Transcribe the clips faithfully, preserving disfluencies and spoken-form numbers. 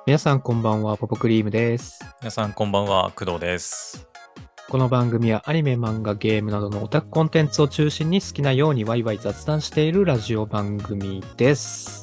皆さんこんばんは、ポポクリームです。 皆さんこんばんは、工藤です。 この番組はアニメ、漫画、ゲームなどのオタクコンテンツを中心に好きなようにワイワイ雑談しているラジオ番組です。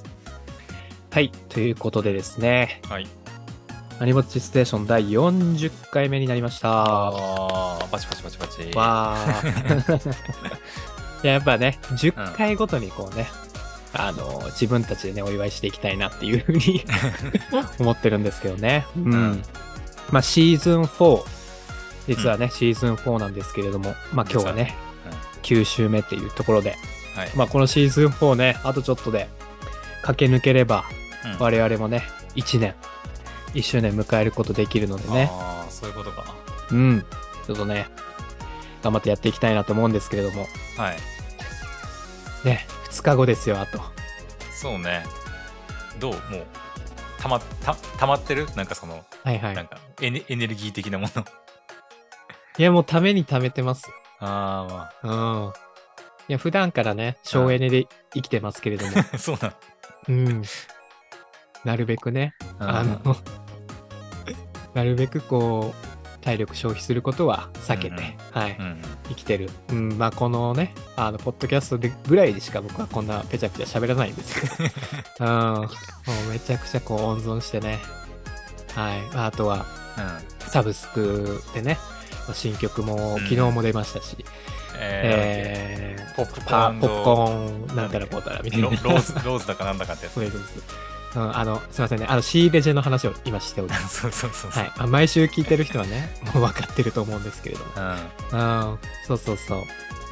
はい、ということでですね、 はい。 アニモッチステーションだいよんじゅっかいめになりました。 あー、パチパチパチパチ。 わー。いややっぱね、10 うん。 回ごとにこうね、あの、自分たちでね、お祝いしていきたいなっていうふうに思ってるんですけどね。ううん。 ん。まあ、シーズンフォー。実はね、うん、シーズンフォーなんですけれども、まあ今日はね、きゅう週目っていうところで、はい、まあこのシーズンフォーね、あとちょっとで駆け抜ければ、うん、我々もね、いちねん、いっしゅうねん迎えることできるのでね。 ああ、そういうことか。 うん。ちょっとね、頑張ってやっていきたいなと思うんですけれども。 はい。 ね、ふつかごですよ、あと。 そうね。どうもう、たま、た、たまってるなんかその、 はいはい。 なんかエネ、エネルギー的なもの。 いや、もうためにためてます。 ああ、まあ。うん。いや、普段からね、省エネで生きてますけれども。 そうなの。 うん。なるべくね、あの、なるべくこう、体力消費することは避けて、うんうん、はい、うん、生きてる。うん、まあこのね、あの、ポッドキャストでぐらいでしか僕はこんなペチャペチャ喋らないんですけど、うん、もうめちゃくちゃこう温存してね、はい、あとは、うん、サブスクでね、新曲も昨日も出ましたし、うん、えー、えー、ポップコーン、ポップコーンなんたらこうたらみたいな。ローズ、ローズだかなんだかってやつ。 そうです。うん、あの、すいませんね。あの、シーレジェの話を今しております。 そうそうそうそう。 はい。毎週聞いてる人はね、もう分かってると思うんですけれども。うん。うん、そうそうそう。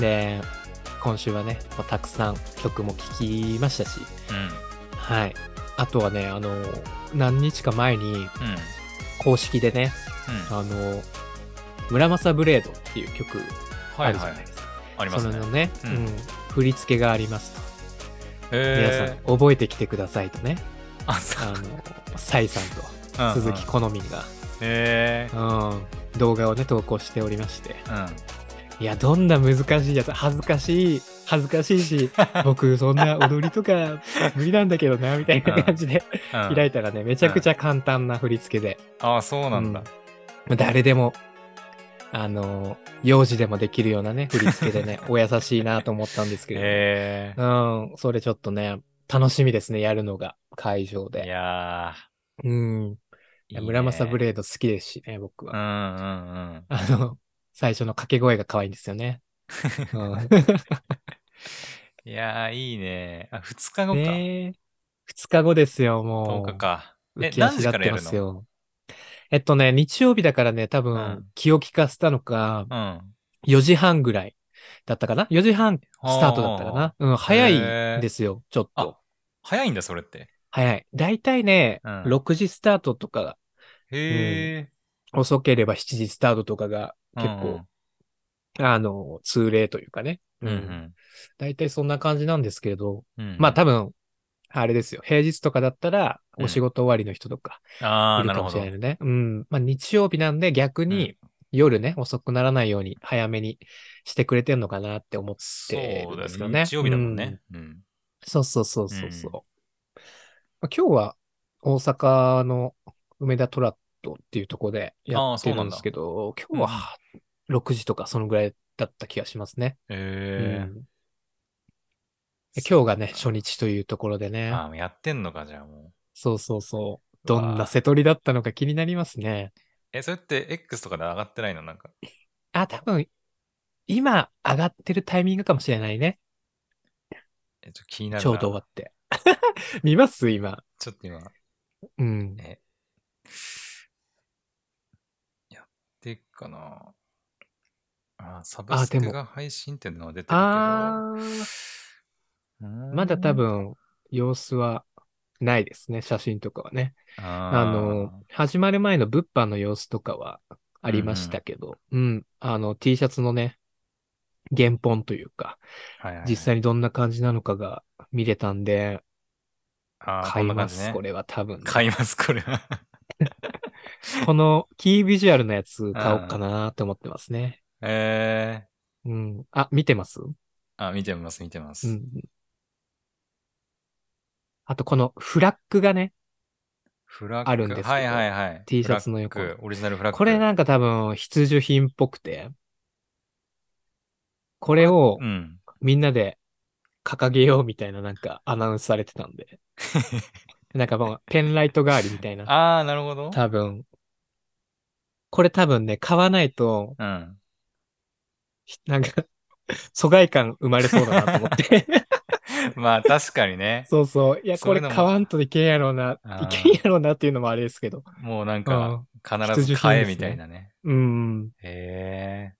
で、今週はね、もうたくさん曲も聴きましたし、うん、はい。あとはね、あの、何日か前に、公式でね、うん、あの、村正ブレードっていう曲あるじゃないですか。 はいはい、ありますね。 それのね、うん、うん、振り付けがありますと。 えー、 皆さん覚えてきてくださいとね。 あ、そう。 あの、サイさんと鈴木好みが、 へ、 うん、うん、動画をね、投稿しておりまして。うん、いや、どんな難しいやつ、恥ずかしい、恥ずかしいし、僕、そんな踊りとか無理なんだけどな、みたいな感じで、うん、開いたらね、めちゃくちゃ簡単な振り付けで。 うん、ああ、そうなんだ。 うん、誰でも、あの、幼児でもできるようなね、振り付けでね、お優しいなと思ったんですけれども。へー、うん、それちょっとね、楽しみですね、やるのが、会場で。 いやー。うん。いや、村正ブレード好きですしね、僕は。 うんうんうん。 あの、最初の掛け声が可愛いんですよね。うん、 いやー、いいね。あ、ふつかごか。 ねえ。ふつかごですよ、もう。 とおかか。え、 浮き何時足立ってからやるの？ ますよ。えっとね、日曜日だからね、多分、うん、気を利かせたのか、うん、よじはんぐらいだったかな ?よ 時半スタートだったかな。うん、早いんですよ、ちょっと。 あ、早いんだ、それって。 早い。だいたいね、うん、ろくじスタートとか、へえ、うん、遅ければしちじスタートとかが結構、うんうん、あの、通例というかね。うん。うんうん、だいたいそんな感じなんですけれど、うんうん、まあ多分、あれですよ。平日とかだったら、お仕事終わりの人とか、いるかもしれないので、うん。まあ日曜日なんで逆に、夜ね、うん、遅くならないように早めにしてくれてんのかなって思ってるんですけどね。 日曜日だもんね。うん。うん、 そうそうそうそうそう。うん、まあ、今日は大阪の梅田トラットっていうところでやってるんですけど、今日はろくじとかそのぐらいだった気がしますね。へ、うん、今日がね、初日というところでね。 ああ、やってんのか、じゃあもう。 そうそうそう。どんな瀬取りだったのか気になりますね。 え、それって X とかで上がってないのなんか。 あ、多分、今上がってるタイミングかもしれないね。 え、ちょっと気になるな。 ちょうど終わって。見ます今。 ちょっと今。 うん。 え、やってっかな。あ、サブスクが配信っていうのは出てるけど。あまだ多分、様子はないですね。写真とかはね。あの、始まる前の物販の様子とかはありましたけど、うん、うん、あの、T シャツのね、原本というか、はいはいはい、実際にどんな感じなのかが見れたんで、 あ、 買います、こ、ね、これは多分、ね。買います、これは。このキービジュアルのやつ買おうかなって思ってますね。 えー、うん。あ、見てます？ あ、見てます、見てます。うん。 あと、このフラッグがね、 フラッあるんグ。はいはですけど、 いはい。 T シャフラッツの横に。 グ。オリジナルフラッこれグ。 なんか多分必需品っぽくて、ここれ、 れをうん。 みんなで掲げようみたいななんかアナウンスされてたんで、なんかもうペンライト代わりみたいな、 ああ、なるほど。 多分、これ多分ね、買わないと、 うん。 なんか疎外感生まれそうだなと思ってまあ確かにね。 そうそう。いや、これそういうのも、 買わんといけんやろうな、いけんやあろうなっていうのもあれですけど。 もうなんか、 うん。 必必需ず買えみ品ですね。 たいなね。 うん。 へえ。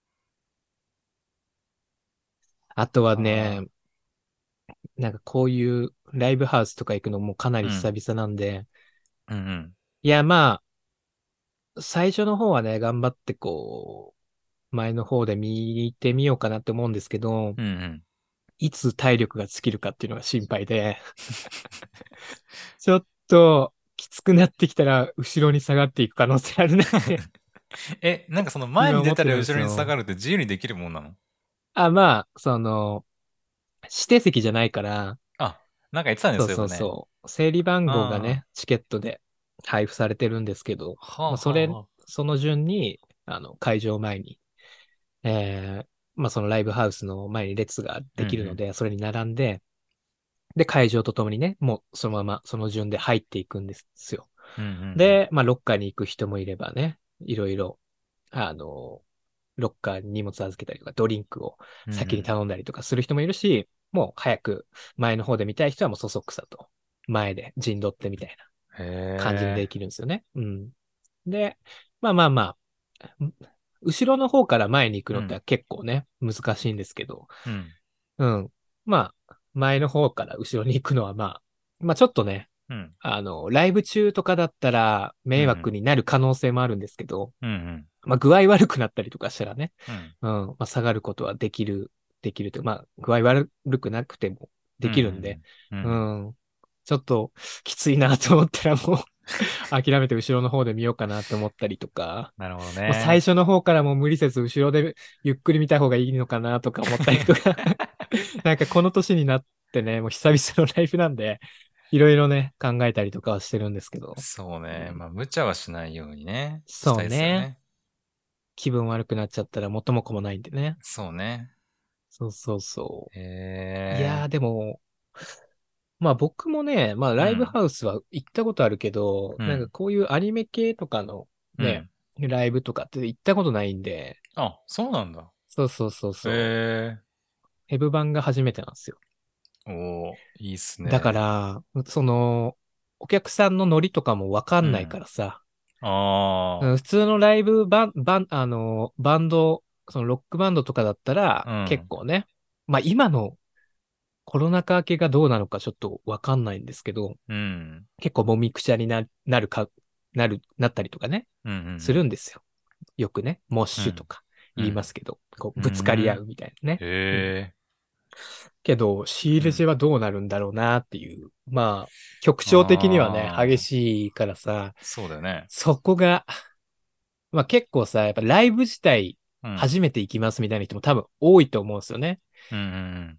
あとはね、 あなんかこういうライブハウスとか行くのもかなあ、うん。 り久々なんで、 うんうん。 いや、まあ、最初の方はね、頑張ってこう、前の方で見てみようかなって思うんですけど、 うんうん。 いつ体力が尽きるかっていうのが心配で、ちょっときつくなってきたら後ろに下がっていく可能性あるなってえ、なんかその前に出たり今思ってるんで後ろに下がすよ。 るって自由にできるもんなの？ あ、まあ、その、指定席じゃないから、 あ、なんか言ってたね、 そうそうそういえばね。 そう、整理番号があね、チケットで配布されてるんですけど、 あ、はあまあ、それ、 はあはあ。 その順に、あの、会場前に、えー、まあ、そのライブハウスの前に列がうんうん。 できるので、それに並んで、で、会場とともにね、もうそのままその順で入っていくんですよ。 うんうんうん。 で、まあ、ロッカーに行く人もいればね、いろいろ、あの、ロッカーに荷物預けたりとか、ドリンクをうんうん。 先に頼んだりとかする人もいるし、もう早く前の方で見たい人はもうそそくさと、前で陣取ってみたいなへ感じででえ。 きるんですよね。うん。で、まあまあまあ、ん後ろの方から前に行くうん。 のって結構ね、難しいんですけど、 うん。 うん。まあ、前の方から後ろに行くのはまあ、まあちょっとね、 うん。 あの、ライブ中とかだったらうん。 迷惑になる可能性もあるんですけど、 うん。うん。 まあ具合悪くなったりとかしたらね、 うん。 うん、まあ下がることはできる、できるという、まあ具合悪くなくてもうできるんで、 ん。うん。ううん。 ん、ちょっときついなと思ったらもう諦めて後ろの方で見ようかなって思ったりとか、 なるほどもう最ね。 初の方からもう無理せず後ろでゆっくり見た方がいいのかなとか思ったりとかなんかこの年になってね、もう久々のライブなんで、いろいろね、考えたりとかはしてるんですけど、 そうね。 うん、 まあ、無茶はしないようにね、したそういですよね。 ね。 気分悪くなっちゃったら元も子もないんでね。 そうね。 そうそうそへう。いやーえ。 でも、まあ僕もね、まあライブうん。 ハウスは行ったことあるけど、なんかうん。 こういうアニメ系とかのね、 うん。 ライブとかって行ったことないんで、 あ、そうなんだ。 そうそうそうへそう。 え。 ヘブ版が初めてなんですよ。 おー、いいっすだかね。 ら、その、お客さんのノリとかもわかんないかうん。 らさ、うん、 あ普通のライブバン、バン、あの、バンド、そのロックバンドとかだったらあ。うん。 結構ね、まあ今のコロナ禍明けがどうなのかちょっとわかんないんですけど、 うん。 結構もみくちゃにな、なるか、なる、なったりとかね、 うん。うすん。 るんですよ。よくね、モッうん。 シュとかうん。 言いますけど、こう、 うぶつかり合ん。 うみたいなね。うん。 へえ。 けど、仕入うん。 れ時はどうなるんだろうなっていう。まあ、曲調的にはね、激ああ。 しいからさ、 そうだよね。 そこが、まあ結構さ、やっぱライブ自体うん。 初めて行きますみたいな人も多分多いと思うんですよね。 うん。うん。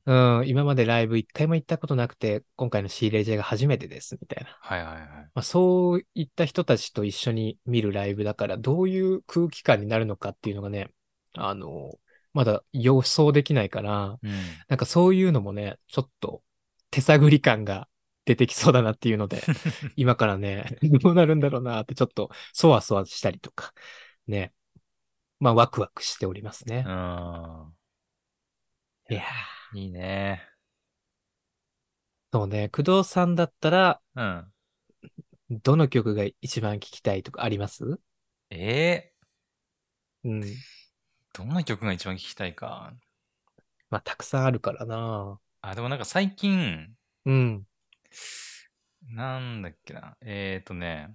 うん、今までライブ一回も行ったことなくて、今回の仕入れ J が初めてですみたいな。 はいはいはい。 まあ、そういった人たちと一緒に見るライブだから、どういう空気感になるのかっていうのがね、あの、まだ予想できないから、 うん。 なんかそういうのもね、ちょっと手探り感が出てきそうだなっていうので、今からね、どうなるんだろうなってちょっとそわそわしたりとか、ね、まあワクワクしておりますうね。 ん。いや、 いやー、 いいね。 そうね、工藤さんだったら、 うん。 どの曲が一番聴きたいとかあります？ ええうん。 ー、どんな曲が一番聴きたいか。 まあ、たくさんあるからな。 あ、でもなんか最近、 うん。 なんだっけな。えーとね、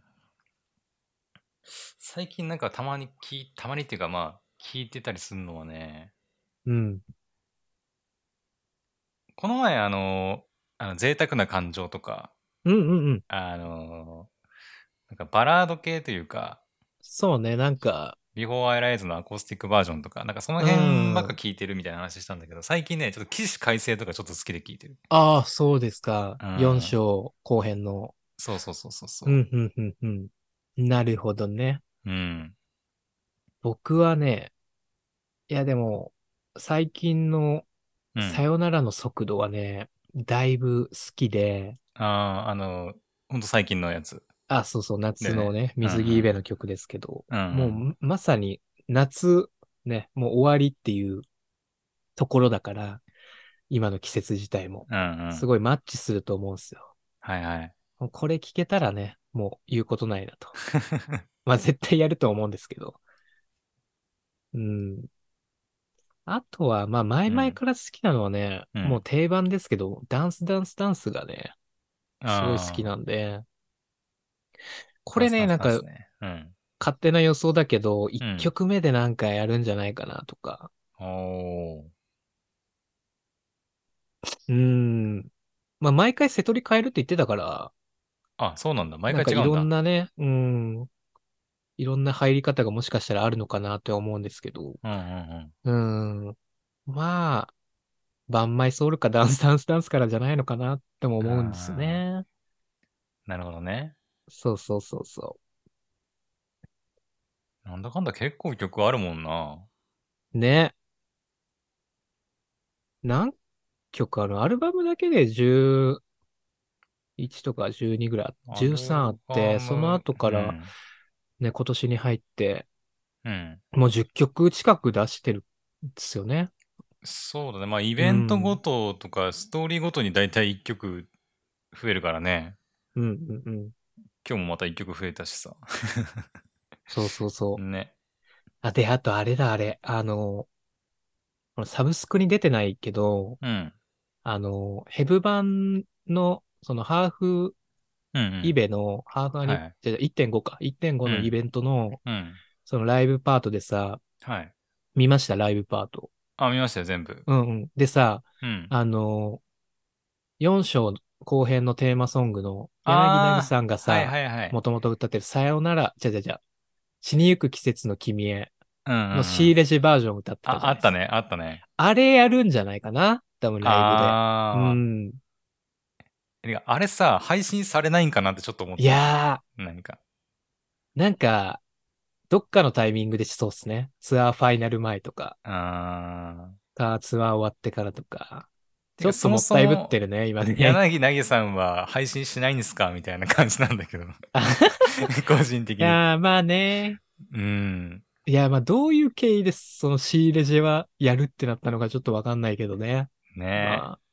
最近なんかたまに聞い、たまにっていうかまあ、聞いてたりするのはね、 うん。 この前あの、あの、贅沢な感情とか、 うんうんうん。 あの、なんかバラード系というか、 そうね、なんか、 ビフォーアイライズのアコースティックバージョンとか、なんかそのう辺ばっかん。 聞いてるみたいな話したんだけど、最近ね、ちょっと起死回生とかちょっと好きで聞いてる。 ああ、そうですか。 うん。 よん章後編の。 そうそうそうそうそうん、うん、うん、うん。なるほどね。 う。うん。 僕はね、いやでも、最近のうん。 さよならの速度はね、だいぶ好きで、 ああ、あの、ほんと最近のやつ。 あ、そうそう、夏でね。 のね、 うんう水着イベん。 の曲ですけど、 うんうん。 もうまさに夏、ね、もう終わりっていうところだから、今の季節自体も、 うんうん。 すごいマッチすると思うんですよ。 はいはい。 もうこれ聞けたらね、もう言うことないなと。まあ絶対やると思うんですけど。うん。あとは、まあ前うん。 々から好きなのはね、 うん。 もう定番ですけど、ダンスダンスダンスがね、すごい好きああ、 なんで、これね、 ダンスダンスなんかダンスね。うん。 勝手な予想だけど、一うん。 曲目でなんかやるんじゃないかなとか。 おー。 うーん。まあ毎回瀬戸り変えるって言ってたから、 あ、そうなんだ。毎なんかいろん回違うんだ。 なね、うん、いろんな入り方がもしかしたらあるのかなって思うんですけど、 うんうんうーん。まあ、バンマイソウルかダンスダンスダンスからじゃないのかなってもうん。 思うんですよああ、 ね。 なるほどね。 そうそうそうそなんだかんだ結構曲あるもんな。 う。ね。何曲あるアルバムだけでじゅういちとかじゅうにぐらい、 アルじゅうさんあっバて、そのム、 後からうん。 ね、今年に入って、 うん。 もうじゅっきょく近く出してるんですよね。 そうだね。まあ、イうベントごん。 ととか、ストーリーごとにだいたいいっきょく増えるからね。 うん、うん、うん。 今日もまたいっきょく増えたしさ。 そうそうそう。 ね。 あ、で、あとあれだ、あれ。あの、このサブスクに出てないけど、 うん。 あの、ヘブ版の、そのハーフうんうん。 イベの、ハーフアニ、 はい。 じゃあいってんごか。いってんごうん。 のイベントの、 うん。 そのライブパートでさ、 はい。 見ましたライブパート。 あ、見ましたよ、全部。 うんうん。でさ、 うん。 あの、よん章後編のテーマソングの柳凪あさんがあ、はいさ、 はいはい。 もともと歌ってるさよなら、じゃじゃじゃ、死にゆく季節の君へうんうんうのシーん。 レジバージョンを歌ってたじあ、 ゃないですか。 あったね、あったね。 あれやるんじゃないかな多分ライブで。うあん。 あ。いやあれさ、配信されないんかなってちょっと思っいた。 や何か。 ー、なんか、どっかのタイミングでしそうっすね。ツアーファイナル前とか、 ああ。 か、ツアー終わってからとか。 てか、 ちょっとそももったいぶっそも、 てるね、今ね。 柳凪さんは配信しないんですかみたいな感じなんだけど。 い個人的に。 やー、まあね。 うーん。 いや、まあどういう経緯でその仕入れジはやるってなったのかちょっとわかんないけどね。 ねまあ、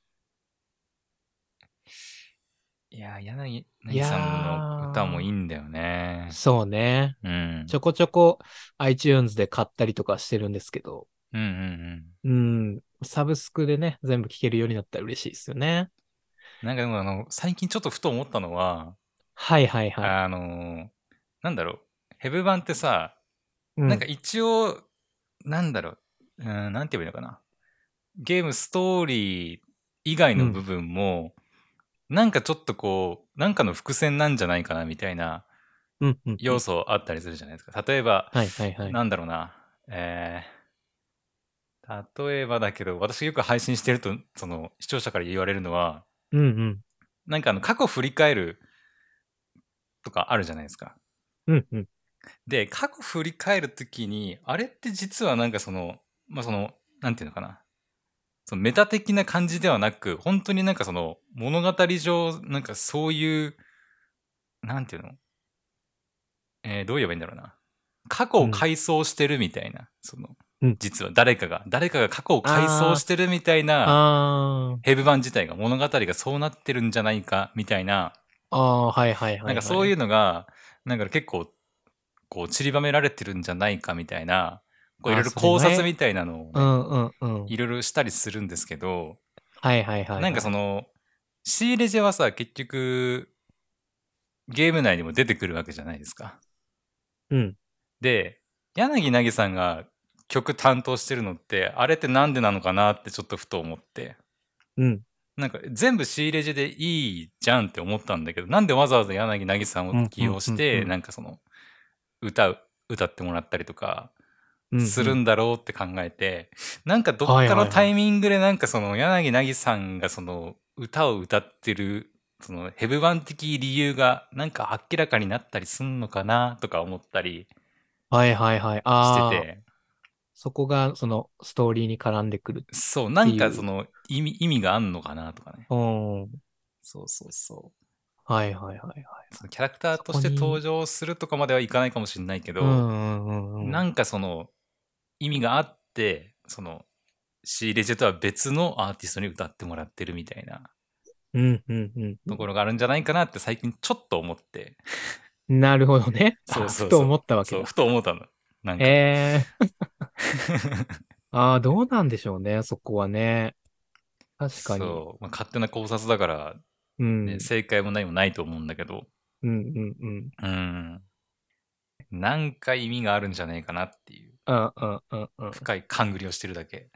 え。いや、柳い凪さんの歌もいいやー、 んだよね。 そうね。 うん。 ちょこちょこ iTunes で買ったりとかしてるんですけど、 うんうんうん。 うん、サブスクでね、全部聴けるようになったら嬉しいですよね。 なんかでもあの、最近ちょっとふと思ったのは、 はいはいはい。 あの、なんだろう。ヘブ版ってさ、なんかうん、 一応、なんだろう。うーん、なんて言えばいいのかな。ゲームストーリー以外うん、 の部分も、なんかちょっとこう、なんかの伏線なんじゃないかなみたいなうん、うん、う要ん。 素あったりするじゃないですか。例えば、 はいはいはい。 なんだろうな。えー、例えばだけど、私よく配信してると、その、視聴者から言われるのは、 うん、うん、 なんかあの、過去振り返るとかあるじゃないですか。 うん、うん、 で、過去振り返るときに、あれって実はなんかその、まあ、その、なんていうのかな。そのメタ的な感じではなく、本当になんかその、物語上、なんかそういう、なんていうのえー、どう言えばいいんだろうな。過去うん、 を回想してるみたいな、その、 うん。 実は誰かが、誰かが過去を回想しあてるみたいー、 な、 あー、 ヘブ版自体が物語がそうなってるんじゃないか、みたいな、 あー、はいはいなんかそういうはいはい。 のが、なんか結構、こう散りばめられてるんじゃないかみたいな、こういろあー、 いろそれ前、 考察みたいなのをね、 うん、うん、うん。 いろいろしたりするんですけど、 はいはいはいなんかはい。 その、シーレジェはさ、結局、ゲーム内にも出てくるわけじゃないですか。 うん。 で、柳凪さんが曲担当してるのって、あれってなんでなのかなってちょっとふと思って。 うん。 なんか全部仕入れ地でいいじゃんって思ったんだけど、なんでわざわざ柳凪さんをうん、 起うん、うん、う用して、 ん。 なんかその、歌う、歌ってもらったりとか、 うん、うん。 するんだろうって考えて、なんかどっはいかのはいはい。 タイミングでなんかその柳凪さんがその歌を歌ってるそのヘブ版的理由がなんか明らかになったりすんのかなとか思ったりはいはいはい。 してああ、 て、 そこがそのストーリーに絡んでくるっそう、なんていう。 かその意味、意味があんのかなとかね。 うん。 そうそうそう。 はいはいはいはい。 そのキャラクターそとして登こに、 場するとかまではいかないかもしれないけうんど、 うんうんうん。 なんかその意味があって、その C レジェとは別のアーティストに歌ってもらってるみたいなうんうんうんうとこん。 ろがあるんじゃないかなって最近ちょっと思って。 なるほどね。 そうあ、ふそうそう。 と思ったわけそう、ふだ。 と思ったの。なんか。 ええー、ああ、どうなんでしょうね、そこはね。確かに。 そう、まあ、勝手な考察だから、ね、 うん。 正解も何もないと思うんだけど、 うんうんうん。 うん。なんか意味があるんじゃないかなっていう、 うんうんうんうん。 深い勘繰りをしてるだけ。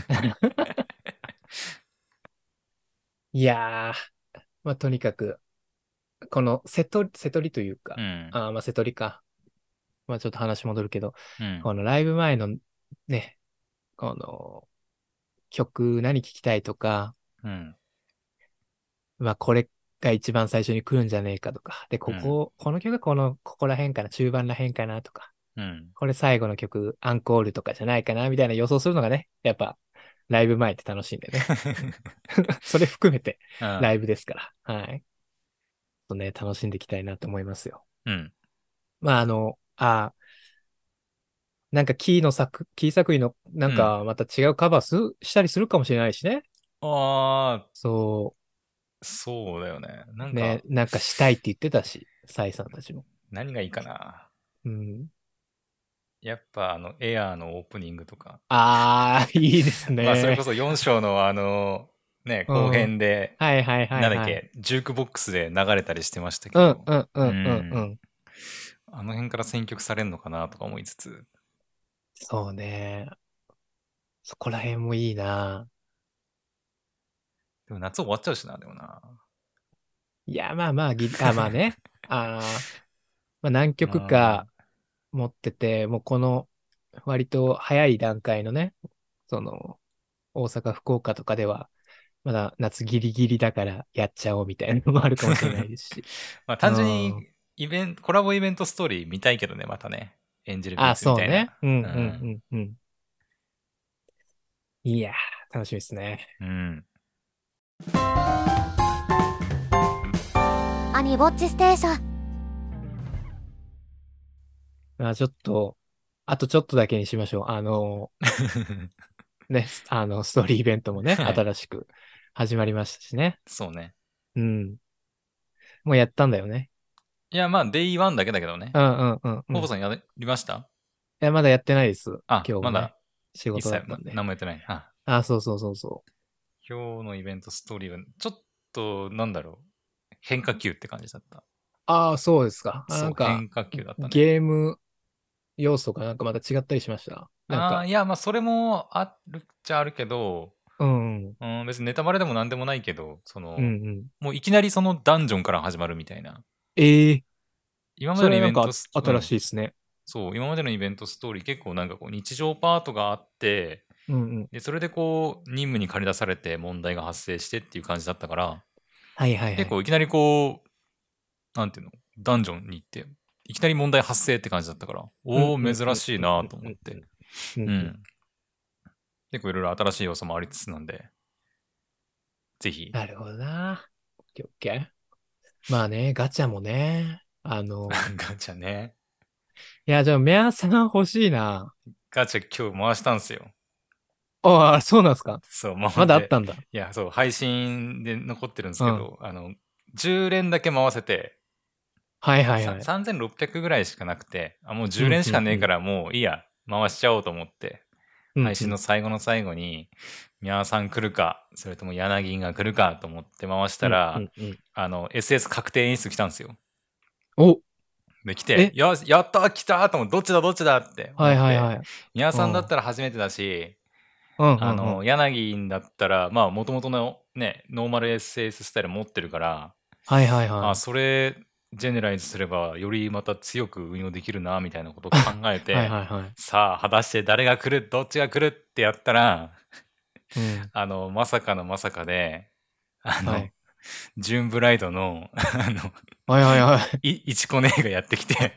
いやー、まあ、とにかく、この瀬戸、瀬戸りというか、 うん。 あーまあ、瀬戸りか。まあ、ちょっと話戻るけど、 うん。 このライブ前のね、この曲何聴きたいとか、 うん。 まあ、これが一番最初に来るんじゃねえかとか、で、 うん。 ここ、この曲この、ここら辺かな、中盤ら辺かなとか、 うん。 これ最後の曲、アンコールとかじゃないかな、みたいな予想するのがね、やっぱ、ライブ前って楽しいんでね。うん、それ含めて、 うん。 ライブですから。はい。とね、楽しんでいきたいなと思いますよ。 うん。 まあ、あの、あ、なんかキーの作、キー作品の、なんうん。 かまた違うカバーす、したりするかもしれないしね。 ああ、 そそうだよね。なう、ね、 んか、 なんかしたいって言ってたし、サイさんたちも。 何がいいかな。 うん。 やっぱあの、エアーのオープニングとか。 ああ、いいですまあ、それこね。 そよん章のあの、ね、後うん。 編で、 はいはいはいはい。 なんだっけ、ジュークボックスで流れたりしてましたけうんど、 うんううんうんうん。 ん。 あの辺から選曲されるのかなとか思いつつ、 そうね。そこら辺もいいな。 でも夏終わっちゃうしな、でもな。 いや、まあまあ、ギリ、あ、まあね。ああ、まあ何う曲かん。 持ってて、もうこの割と早い段階のね、その、大阪、福岡とかでは、まだ夏ギリギリだからやっちゃおうみたいなのもあるかもしれないですし。 まあう単純ん。 にイベント、コラボイベントストーリー見たいけどね、またね。エンジェルビーあ、 ツみそうね。 たいな。 うんうん。 うんうんうん。いやー、楽しみですね。 うん。 アニぼっちステーション。 まあ、ちょっと、あとちょっとだけにしましょう。あの、ね、あの、ストーリーイベントもね、 はい。 新しく始まりましたしね。 そうね。 うん。もうやったんだよね。 いや、まあ、デイワンだけだけどね。 うんうんうんうん。いポポさんやりました？ や、まだやってないです。 あ、 今日はね。 まだ仕事だ一切なったんで。 何もやってない。あ、 あ、そうそうそうそ今日のイベントストーリーは、ちょっと、なんだろう。変化球って感じだった。 う。ああ、そうですか。あ、なそう、 んか、 変化球だったね。 ゲーム要素がなんかまた違ったりしました。なんああ、 か、 いや、まあ、それもあるっちゃあるけど、 うん、うん、 うん、別にネタバレでもなんでもないけど、そうん。うの、 ん。 もういきなりそのダンジョンから始まるみたいな。 ええ、 今までのイそれなんかベントス、う新しん、 いですね。 そう、今までのイベントストーリー結構なんかこう日常パートがあって、 うんうん。 で、それでこう、任務に駆り出されて問題が発生してっていう感じだったから、 はいはいはい。 結構いきなりこう、なんていうの、ダンジョンに行って、いきなり問題発生って感じだったから、おー、 うんうんう珍しいなんうんと思って。 うんうんうんうん。 うん。結構いろいろ新しい要素もありつつなんで、ぜひ。 なるほどな。オッケーオッケー。まあね、ガチャもね。あの、 ガチャね。 いや、じゃあ、メアさん欲しいな。 ガチャ今日回したんすよ。 ああ、そうなんですか。 そう、回まって。 だあったんだ。 いや、そう、配信で残ってるんですうん。 けど、あの、じゅう連だけ回せて、さはいはいはい。 さんぜんろっぴゃくぐらいしかなくて、あ、もう10 うん、 連しうん、うん。 かねえからもういいや、回しちゃおうと思って、 うん、 配信のうん。 最後の最後に、宮さん来るか、それとも柳が来るかと思って回したうん、うら、 ん、うん。 あの、エスエス 確定演出来たんですよ。 お、 で、来て、 え、 よし、やったー来たーと思って、どっちだどっちだってはい思って、 はいはい。 宮うん。うん、 さんだったら初めてだし、 うん、うん。 あの、柳だったら、まあ、もともとのね、ノーマル エスエス ススタイル持ってるから、 はいはいあ、 はい。 それ、ジェネライズすれば、よりまた強く運用できるな、みたいなことを考えはいて、 はいはい。 さあ、果たして誰が来るどっちが来るってやったら、 うん。 あの、まさかのまさかで、あの、 はい。 ジューンブライドの、あの、 はいはいはい。 い、いちこねがやってきて、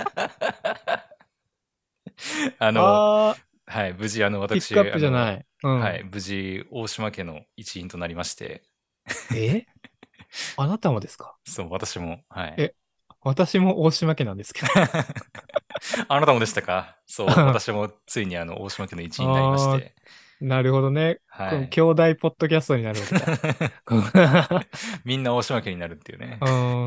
あの、 あー、 はい、無事、あの、私、 ピックアップあの、 じゃない。うん。 はい、無事、大島家の一員となりまして、 えあなたもですか？ そう、私も、はい。 え、私も大島家なんですけど。 あなたもでしたか？そう、 あ私もついにあの、大島家の一員になりましあー、 て、 なるほどね。このはい。 兄弟ポッドキャストになるわけだ。このみんな大島家になるっていうね。 うん。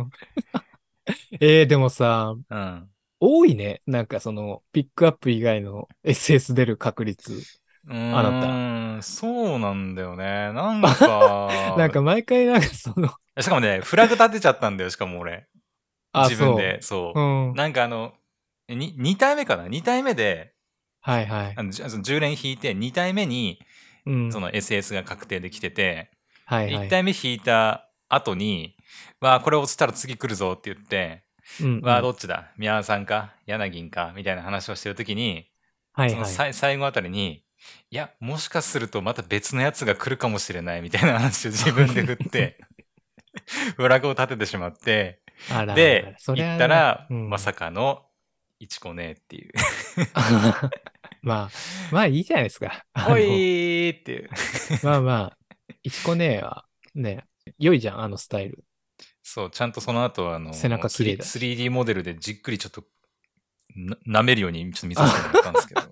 えー、でもさ、 うん。 多いね。なんかその、ピックアップ以外の エスエス 出る確率。 うあなた。 ーん、そうなんだよね。なんか、 なんか毎回なんかその、 しかもね、フラグ立てちゃったんだよ、しかも俺。 あ、そ自分で、 う。うそん。 う。なんかあの、に、に体目かな？ に 体目で、 はいはい。 あの、じゅそのじゅう連引いて、に体目に、 うん。 その エスエス が確定できてて、いちはいはい。 体目引いた後に、わあ、これ押したら次来るぞって言って、わあ、どうんうん。 っちだ宮田さんか柳かみたいな話をしてるときに、そのはいはい。 さい最後あたりに、いや、もしかするとまた別のやつが来るかもしれないみたいな話を自分で振って、フラグを立ててしまって、 あらあらあら。 で、 それ行っはね。 たら、まさうん。 かの、いちこねっていう。 まあ、まあいいじゃないですか。あおいの、 ーっていう。 まあまあ、いちこねはね、良いじゃん、あのスタイル。 そう、ちゃんとその後、あの、 背中綺麗スリー、 だし。 スリーディー モデルでじっくりちょっと、な舐めるようにちょっと見させてもらったんですけど。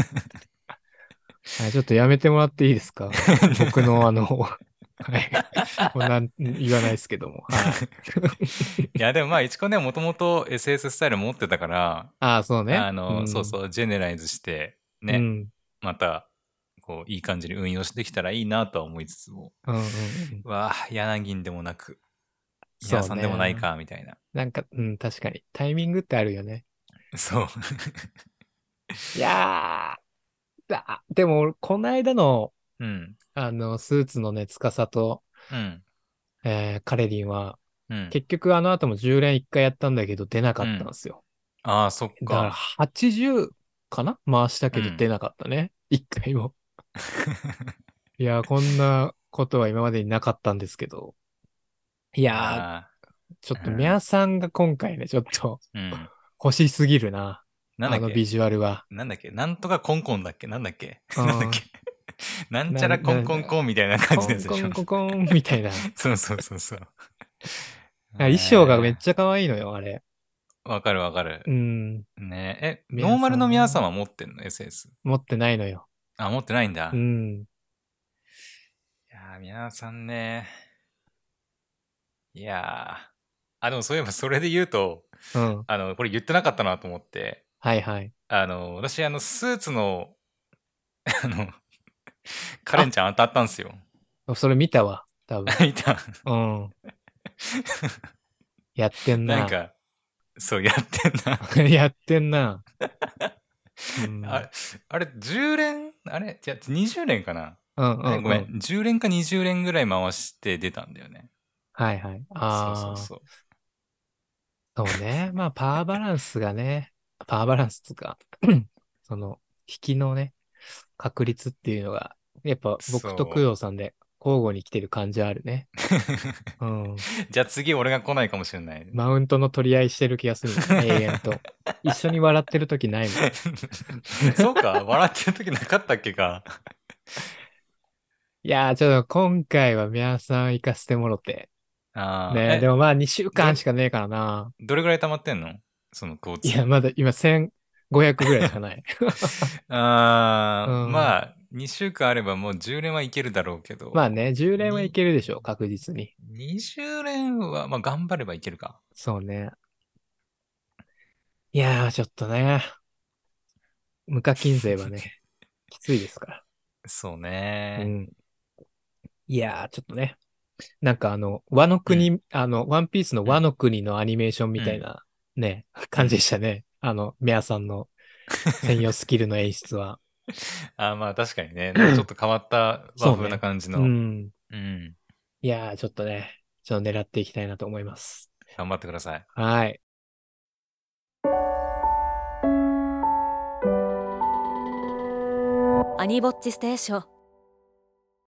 はい、ちょっとやめてもらっていいですか？僕のあの、はい。もうなん言わないですけども。はい。 いや、でもまあ、いちこねはもともと エスエス スタイル持ってたから、 ああ、そうね。 あの、そううん。 そう、ジェネライズして、ね、 うん。 また、こう、いい感じに運用してきたらいいなとは思いつつも、 うんうんうん。 わあ、柳でもなく、宮そうさんでもないね。 か、みたいな。 なんか、うん、確かに。タイミングってあるよね。 そう。 いやー、だ、でも、この間の、 うん。 あの、スーツのね、司と、 うん。 えーカレリンは、 うん。 結局あの後もじゅう連いっかいやったんだけど出なかうん。 ったんですよ。 ああ、そっだからか。 はちじゅうかな回したうん。 けど出なかったね。いっかいも。いやー、こんなことは今までになかったんですけど。いいやー、 やー、 ちょっとうん。 宮さんが今回ね、ちょっとうん。 欲しすぎるな。 なんだっけあのビジュアルは。 なんだっけなんとかコンコンだっけなんだっけうん。 なんだっけなんちゃな、 らコンな、 コンコンみたいな感じコのやつでしょ？ ンコンコンコンみたいな。 そうそうそうそう。 衣装がめっねちゃ可愛いのよ、あれ。 え。わかるわかうる。 ん。 ねえ。え、ノー宮マルの皆さんさんな。 は持ってんの？ エスエス。 持ってないのよ。 あ、持ってないんうだ。 ん。 いやー、皆さんね。いやー。あ、でもそういえばそれで言うと、 うん。 あの、これ言ってなかったなと思って、 はいはい。 あの、私、あの、スーツの、あの、カレンあ、 ちゃん当たったんすよ。 それ見たわ。多分。 いた。 うん。やってんな。 なんか、そう、やってんな。 やってんな。うん。 あれ、あれ、じゅう連あれじゃ、にじゅう連かな？ うんうあれごめんうん。 ん。じゅう連かにじゅう連ぐらい回して出たんだよね。 はいはい。ああ、 そうそうそう。 そうね。まあ、パワーバランスがね、パワーバランスつうか、その、引きのね、確率っていうのが、やっぱ僕と工そう。 藤さんで交互に来てる感じあるね。うん。 じゃあ次俺が来ないかもしれない。 マウントの取り合いしてる気がするもん。永遠と。一緒に笑ってる時ないもん。 そうか笑ってる時なかったっけか。 いやー、ちょっと今回は皆さん行かせてもろて。 ああ、 ねえ、でえ、 もまあにしゅうかんど、 しかねえからな。 どれぐらい溜まってんの？その交いや、 通。 まだ今せんごひゃくぐらいしかない。うああ、 ん。 まあ、にしゅうかんあればもうじゅう連はいけるだろうけど、 まあね、じゅう連はいに、 けるでしょう、確実に。 にじゅう連は、まあ頑張ればいけるか。 そうね。いやー、ちょっとね、無課金税はね、きついですから。 そうね。 うん。いやー、ちょっとね、なんかあの、和のうん、 国、あの、ワンピースのうん、 和の国のアニメーションみうん、 たいな、ね、感じでうん。 したね。あの、メアさんの専用スキルの演出は。 あーまあ確かにね。なんかちょっと変わった和風なそうね。う感じの。 ん。 うん。 いやー、ちょっとね、ちょっと狙っていきたいなと思います。 頑張ってください。 はい。 アニボッチステーション